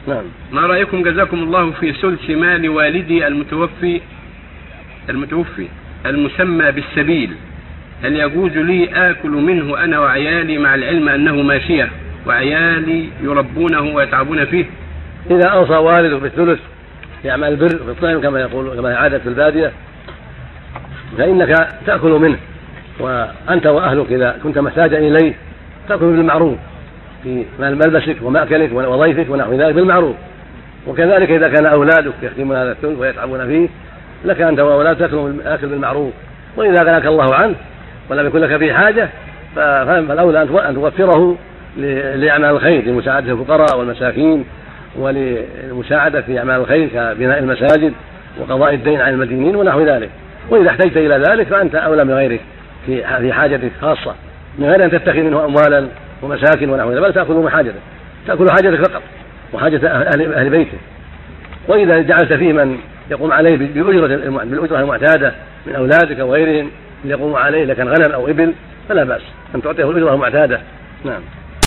نعم. ما رأيكم جزاكم الله في ثلث مال والدي المتوفي المسمى بالسبيل؟ هل يجوز لي آكل منه أنا وعيالي مع العلم أنه ماشية وعيالي يربونه ويتعبون فيه؟ إذا أوصى والده بالثلث يعمل البر في الطعم كما عادت في البادية فإنك تأكل منه، وأنت وأهلك إذا كنت محتاجا إليه تأكل بالمعروف في ملبسك ومأكلك وضيفك ونحو ذلك بالمعروف. وكذلك إذا كان أولادك يخدمون هذا الثلث ويتعبون فيه لك أنت وأولادك تأكل بالمعروف. وإذا غناك الله عنه ولم يكن لك فيه حاجة فالأولى أن توفره لأعمال الخير، لمساعدة الفقراء والمساكين وللمساعدة في أعمال الخير كبناء المساجد وقضاء الدين عن المدينين ونحو ذلك. وإذا احتجت إلى ذلك فأنت أولى من غيرك في حاجتك خاصة، من غير أن تتخذ منه أموالا ومساكن ونحو ذلك، بل تأكل من حاجتك، تأكل حاجتك فقط وحاجة أهل بيته. وإذا جعلت فيه من يقوم عليه بالأجرة المعتادة من أولادك وغيرهم يقوم عليه لكن غنم أو إبل فلا بأس أن تعطيه الأجرة المعتادة. نعم.